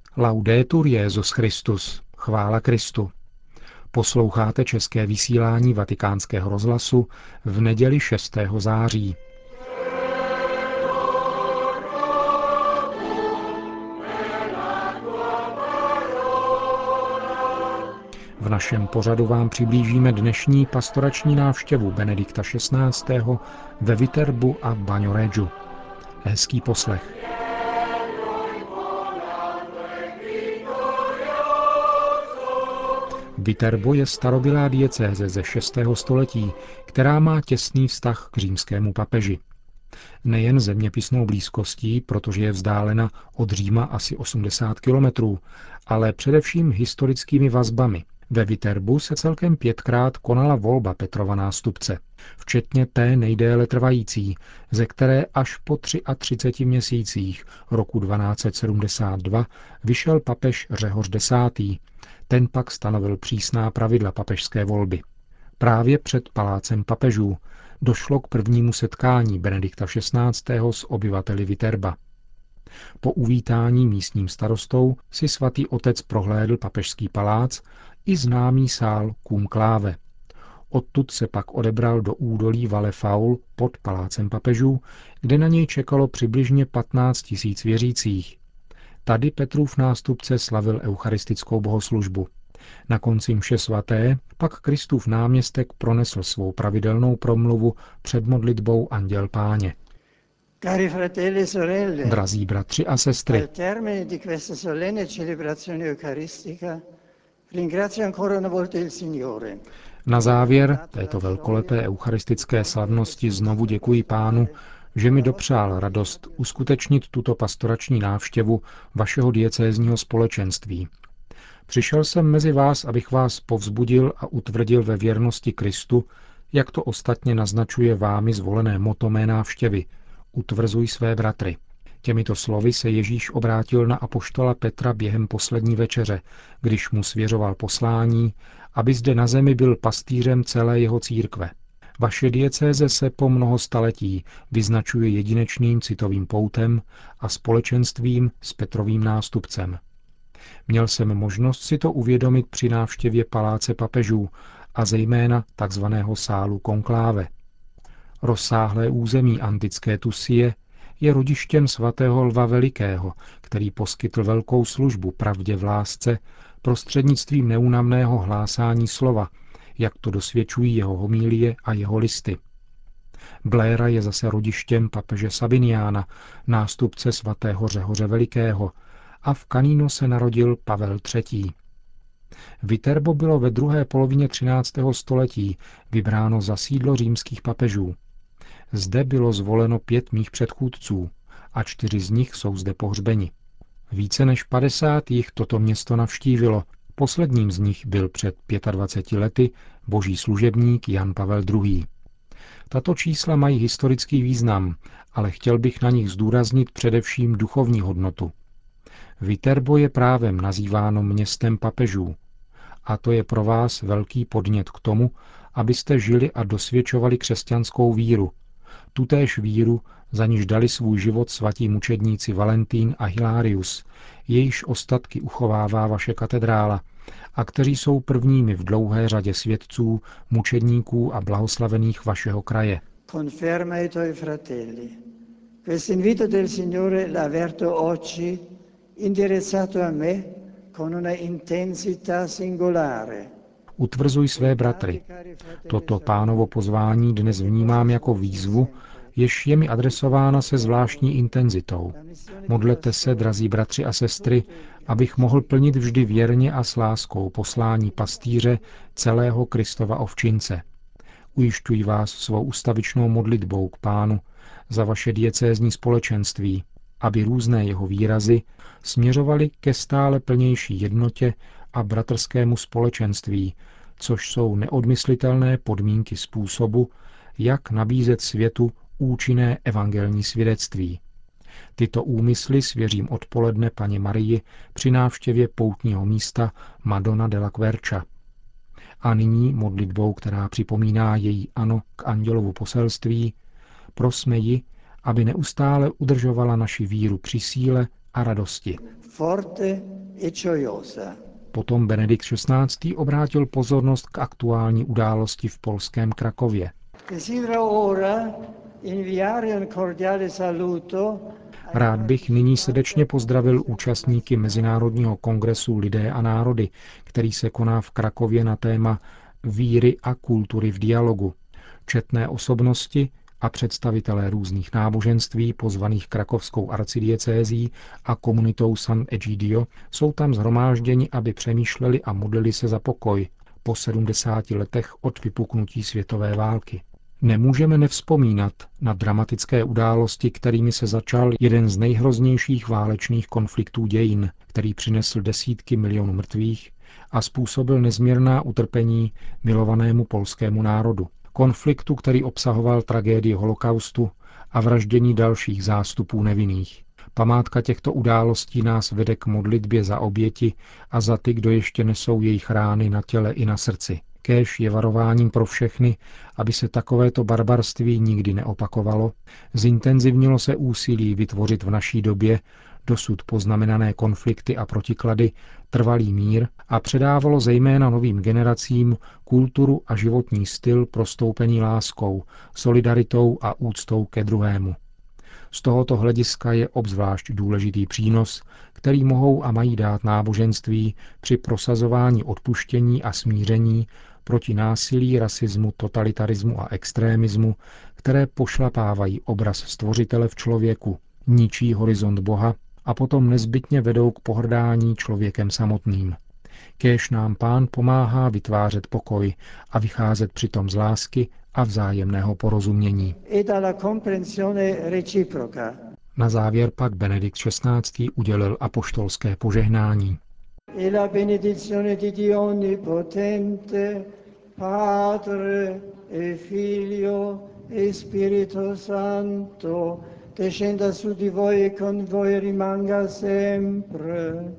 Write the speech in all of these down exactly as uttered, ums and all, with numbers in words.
Laudetur Jesus Christus. Chvála Kristu. Posloucháte české vysílání Vatikánského rozhlasu v neděli šestého září. V našem pořadu vám přiblížíme dnešní pastorační návštěvu Benedikta šestnáctého ve Viterbu a Bagnoreggiu. Hezký poslech. Viterbo je starobylá diecéze ze šestého století, která má těsný vztah k římskému papeži. Nejen zeměpisnou blízkostí, protože je vzdálena od Říma asi osmdesát kilometrů, ale především historickými vazbami. Ve Viterbu se celkem pětkrát konala volba Petrova nástupce, včetně té nejdéle trvající, ze které až po třiatřiceti tři měsících roku dvanáct set sedmdesát dva vyšel papež Řehoř desátý. Ten pak stanovil přísná pravidla papežské volby. Právě před palácem papežů došlo k prvnímu setkání Benedikta šestnáctého s obyvateli Viterba. Po uvítání místním starostou si svatý otec prohlédl papežský palác i známý sál Cum Clave. Odtud se pak odebral do údolí Valle Faul pod palácem papežů, kde na něj čekalo přibližně patnáct tisíc věřících. Tady Petrův nástupce slavil eucharistickou bohoslužbu. Na konci mše svaté pak Kristův náměstek pronesl svou pravidelnou promluvu před modlitbou Anděl Páně. Cari fratelli e sorelle, Drazí bratři a sestry, al termine di questa solenne celebrazione eucaristica ringrazio ancora una volta il Signore. Na závěr této velkolepé eucharistické slavnosti znovu děkuji Pánu, že mi dopřál radost uskutečnit tuto pastorační návštěvu vašeho diecézního společenství. Přišel jsem mezi vás, abych vás povzbudil a utvrdil ve věrnosti Kristu, jak to ostatně naznačuje vámi zvolené motto mé návštěvy. Utvrzuj své bratry. Těmito slovy se Ježíš obrátil na apoštola Petra během poslední večeře, když mu svěřoval poslání, aby zde na zemi byl pastýřem celé jeho církve. Vaše diecéze se po mnoho staletí vyznačuje jedinečným citovým poutem a společenstvím s Petrovým nástupcem. Měl jsem možnost si to uvědomit při návštěvě paláce papežů a zejména takzvaného sálu konkláve. Rozsáhlé území antické Tusie je rodištěm svatého Lva Velikého, který poskytl velkou službu pravdě v lásce prostřednictvím neúnavného hlásání slova, jak to dosvědčují jeho homilie a jeho listy. Bléra je zase rodištěm papeže Sabiniána, nástupce svatého Řehoře Velikého, a v Canino se narodil Pavel třetí. Viterbo bylo ve druhé polovině třináctého století vybráno za sídlo římských papežů. Zde bylo zvoleno pět mých předchůdců a čtyři z nich jsou zde pohřbeni. Více než padesát jich toto město navštívilo. Posledním z nich byl před dvaceti pěti lety boží služebník Jan Pavel druhý. Tato čísla mají historický význam, ale chtěl bych na nich zdůraznit především duchovní hodnotu. Viterbo je právem nazýváno městem papežů. A to je pro vás velký podnět k tomu, abyste žili a dosvědčovali křesťanskou víru. Tutéž víru, za níž dali svůj život svatí mučedníci Valentín a Hilarius, jejíž ostatky uchovává vaše katedrála a kteří jsou prvními v dlouhé řadě svědců, mučedníků a blahoslavených vašeho kraje. Conferma ai tuoi fratelli. Questo invito del Signore l'averto oggi indirizzato a me con una intensità singolare. Utvrzuj své bratry. Toto Pánovo pozvání dnes vnímám jako výzvu, jež je mi adresována se zvláštní intenzitou. Modlete se, drazí bratři a sestry, abych mohl plnit vždy věrně a s láskou poslání pastýře celého Kristova ovčince. Ujišťuji vás svou ustavičnou modlitbou k Pánu za vaše diecézní společenství, aby různé jeho výrazy směřovaly ke stále plnější jednotě a bratrskému společenství, což jsou neodmyslitelné podmínky způsobu, jak nabízet světu účinné evangelní svědectví. Tyto úmysly svěřím odpoledne paně Marii při návštěvě poutního místa Madonna della Quercia. A nyní modlitbou, která připomíná její ano k andělovu poselství, prosme ji, aby neustále udržovala naši víru při síle a radosti. Forte e gioiosa. Potom Benedikt šestnáctý. obrátil pozornost k aktuální události v polském Krakově. Rád bych nyní srdečně pozdravil účastníky Mezinárodního kongresu Lidé a národy, který se koná v Krakově na téma víry a kultury v dialogu. Četné osobnosti a představitelé různých náboženství pozvaných krakovskou arcidiecézí a komunitou San Egidio jsou tam shromážděni, aby přemýšleli a modlili se za pokoj po sedmdesáti letech od vypuknutí světové války. Nemůžeme nevzpomínat na dramatické události, kterými se začal jeden z nejhroznějších válečných konfliktů dějin, který přinesl desítky milionů mrtvých a způsobil nezměrná utrpení milovanému polskému národu. Konfliktu, který obsahoval tragédii holokaustu a vraždění dalších zástupů nevinných. Památka těchto událostí nás vede k modlitbě za oběti a za ty, kdo ještě nesou jejich rány na těle i na srdci. Kéž je varováním pro všechny, aby se takovéto barbarství nikdy neopakovalo, zintenzivnilo se úsilí vytvořit v naší době dosud poznamenané konflikty a protiklady trvalý mír a předávalo zejména novým generacím kulturu a životní styl prostoupený láskou, solidaritou a úctou ke druhému. Z tohoto hlediska je obzvlášť důležitý přínos, který mohou a mají dát náboženství při prosazování odpuštění a smíření proti násilí, rasismu, totalitarismu a extrémismu, které pošlapávají obraz Stvořitele v člověku, ničí horizont Boha a potom nezbytně vedou k pohrdání člověkem samotným. Kéž nám Pán pomáhá vytvářet pokoj a vycházet přitom z lásky a vzájemného porozumění. Na závěr pak Benedikt šestnáctý. udělil apoštolské požehnání. E la benedizione di Dio Onnipotente, Padre e Figlio e Spirito Santo, descenda su di voi e con voi rimanga sempre.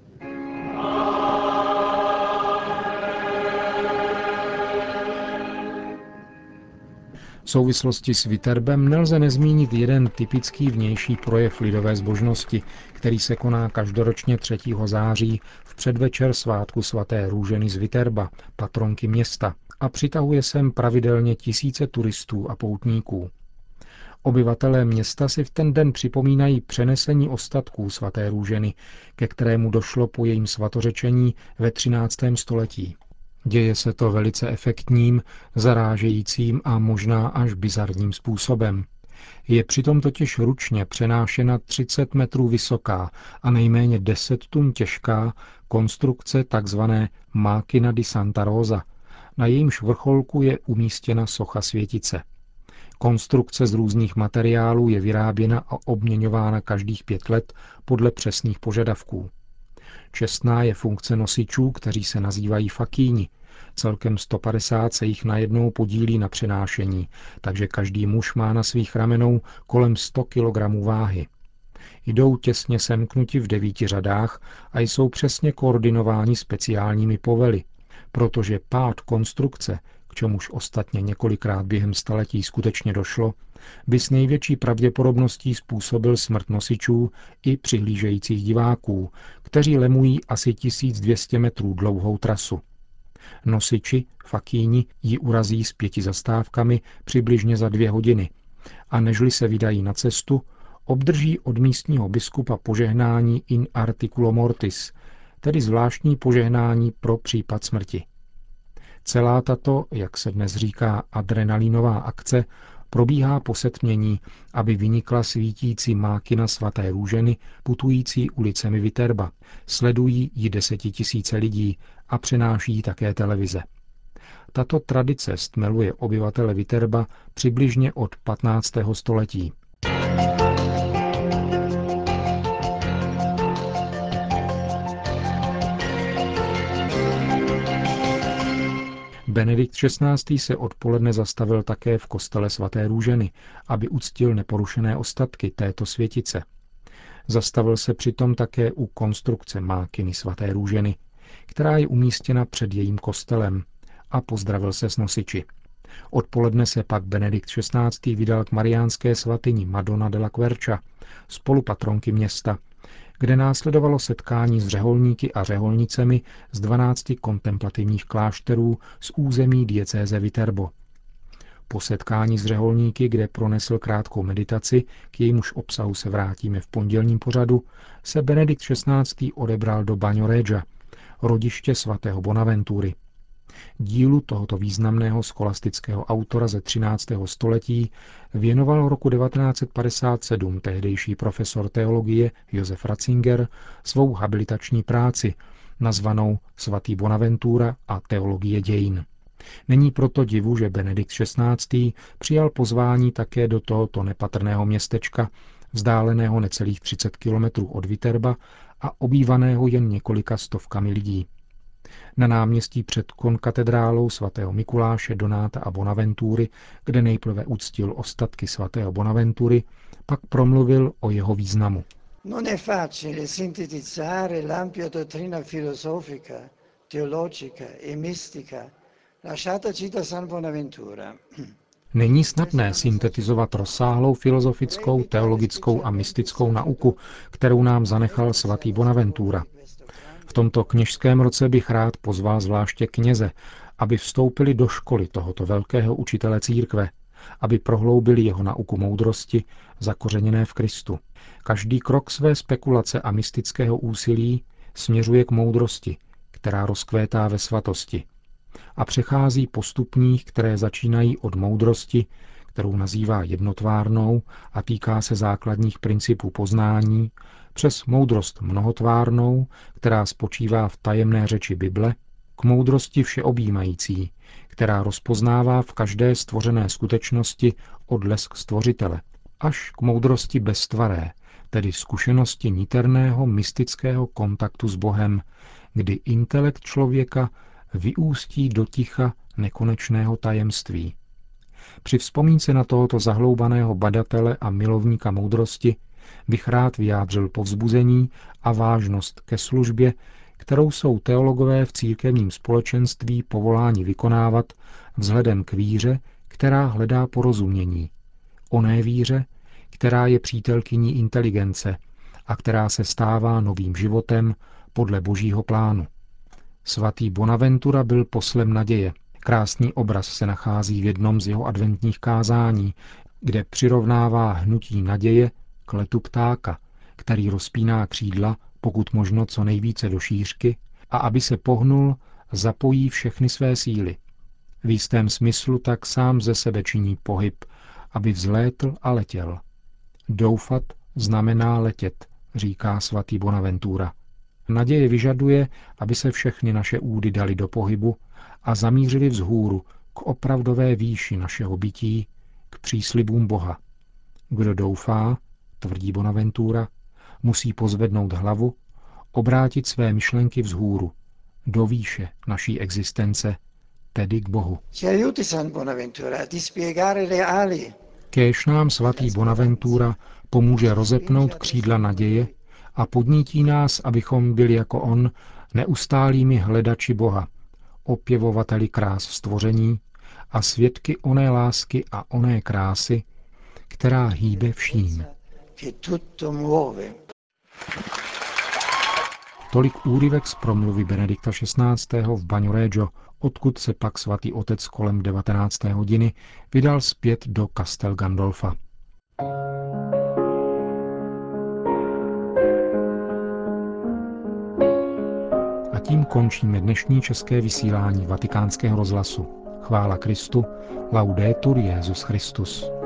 V souvislosti s Viterbem nelze nezmínit jeden typický vnější projev lidové zbožnosti, který se koná každoročně třetího září v předvečer svátku svaté Růženy z Viterba, patronky města, a přitahuje sem pravidelně tisíce turistů a poutníků. Obyvatelé města si v ten den připomínají přenesení ostatků svaté Růženy, ke kterému došlo po jejím svatořečení ve třináctém století. Děje se to velice efektním, zarážejícím a možná až bizarním způsobem. Je přitom totiž ručně přenášena třicet metrů vysoká a nejméně deset tun těžká konstrukce tzv. Máquina di Santa Rosa. Na jejímž vrcholku je umístěna socha světice. Konstrukce z různých materiálů je vyráběna a obměňována každých pět let podle přesných požadavků. Čestná je funkce nosičů, kteří se nazývají fakíni. Celkem sto padesát se jich najednou podílí na přenášení, takže každý muž má na svých ramenou kolem sto kilogramů váhy. Jdou těsně semknuti v devíti řadách a jsou přesně koordinováni speciálními povely, protože pád konstrukce, k čemuž ostatně několikrát během staletí skutečně došlo, by s největší pravděpodobností způsobil smrt nosičů i přihlížejících diváků, kteří lemují asi tisíc dvě stě metrů dlouhou trasu. Nosiči, fakíni, ji urazí s pěti zastávkami přibližně za dvě hodiny a nežli se vydají na cestu, obdrží od místního biskupa požehnání in articulo mortis, tedy zvláštní požehnání pro případ smrti. Celá tato, jak se dnes říká, adrenalinová akce probíhá po setmění, aby vynikla svítící mákina svaté Růženy putující ulicemi Viterba. Sledují ji desetitisíce lidí a přenáší také televize. Tato tradice stmeluje obyvatele Viterba přibližně od patnáctého století. Benedikt šestnáctý. se odpoledne zastavil také v kostele svaté Růženy, aby uctil neporušené ostatky této světice. Zastavil se přitom také u konstrukce mákiny svaté Růženy, která je umístěna před jejím kostelem, a pozdravil se s nosiči. Odpoledne se pak Benedikt šestnáctý. vydal k mariánské svatyni Madonna della Quercia, spolupatronky města, kde následovalo setkání s řeholníky a řeholnicemi z dvanácti kontemplativních klášterů z území diecéze Viterbo. Po setkání s řeholníky, kde pronesl krátkou meditaci, k jejímuž obsahu se vrátíme v pondělním pořadu, se Benedikt šestnáctý odebral do Bagnoreggia, rodiště svatého Bonaventury. Dílu tohoto významného scholastického autora ze třináctého století věnoval roku devatenáct set padesát sedm tehdejší profesor teologie Josef Ratzinger svou habilitační práci, nazvanou Svatý Bonaventura a teologie dějin. Není proto divu, že Benedikt šestnáctý přijal pozvání také do tohoto nepatrného městečka, vzdáleného necelých třicet kilometrů od Viterba a obývaného jen několika stovkami lidí. Na náměstí před konkatedrálou svatého Mikuláše, Donáta a Bonaventury, kde nejprve uctil ostatky svatého Bonaventury, pak promluvil o jeho významu. Non è facile sintetizzare l'ampia dottrina filosofica, teologica e mistica lasciataci da San Bonaventura. Není snadné syntetizovat rozsáhlou filozofickou, teologickou a mystickou nauku, kterou nám zanechal svatý Bonaventura. V tomto kněžském roce bych rád pozval zvláště kněze, aby vstoupili do školy tohoto velkého učitele církve, aby prohloubili jeho nauku moudrosti, zakořeněné v Kristu. Každý krok své spekulace a mystického úsilí směřuje k moudrosti, která rozkvétá ve svatosti a přechází postupních, které začínají od moudrosti, kterou nazývá jednotvárnou a týká se základních principů poznání, přes moudrost mnohotvárnou, která spočívá v tajemné řeči Bible, k moudrosti všeobjímající, která rozpoznává v každé stvořené skutečnosti odlesk stvořitele, až k moudrosti beztvaré, tedy zkušenosti niterného mystického kontaktu s Bohem, kdy intelekt člověka vyústí do ticha nekonečného tajemství. Při vzpomínce na tohoto zahloubaného badatele a milovníka moudrosti bych rád vyjádřil povzbuzení a vážnost ke službě, kterou jsou teologové v církevním společenství povoláni vykonávat vzhledem k víře, která hledá porozumění. Oné víře, která je přítelkyní inteligence a která se stává novým životem podle božího plánu. Svatý Bonaventura byl poslem naděje. Krásný obraz se nachází v jednom z jeho adventních kázání, kde přirovnává hnutí naděje k letu ptáka, který rozpíná křídla, pokud možno co nejvíce do šířky, a aby se pohnul, zapojí všechny své síly. V jistém smyslu tak sám ze sebe činí pohyb, aby vzlétl a letěl. Doufat znamená letět, říká svatý Bonaventura. Naděje vyžaduje, aby se všechny naše údy dali do pohybu a zamířili vzhůru k opravdové výši našeho bytí, k příslibům Boha. Kdo doufá, tvrdí Bonaventura, musí pozvednout hlavu, obrátit své myšlenky vzhůru, do výše naší existence, tedy k Bohu. Kéž nám svatý Bonaventura pomůže rozepnout křídla naděje a podnítí nás, abychom byli jako on neustálými hledači Boha, opěvovateli krás stvoření a svědky oné lásky a oné krásy, která hýbe vším. Tolik úryvek z promluvy Benedikta šestnáctého v Bagnoregio, odkud se pak svatý otec kolem devatenácté hodiny vydal zpět do Castel Gandolfa. A tím končíme dnešní české vysílání Vatikánského rozhlasu. Chvála Kristu, laudetur Jesus Christus.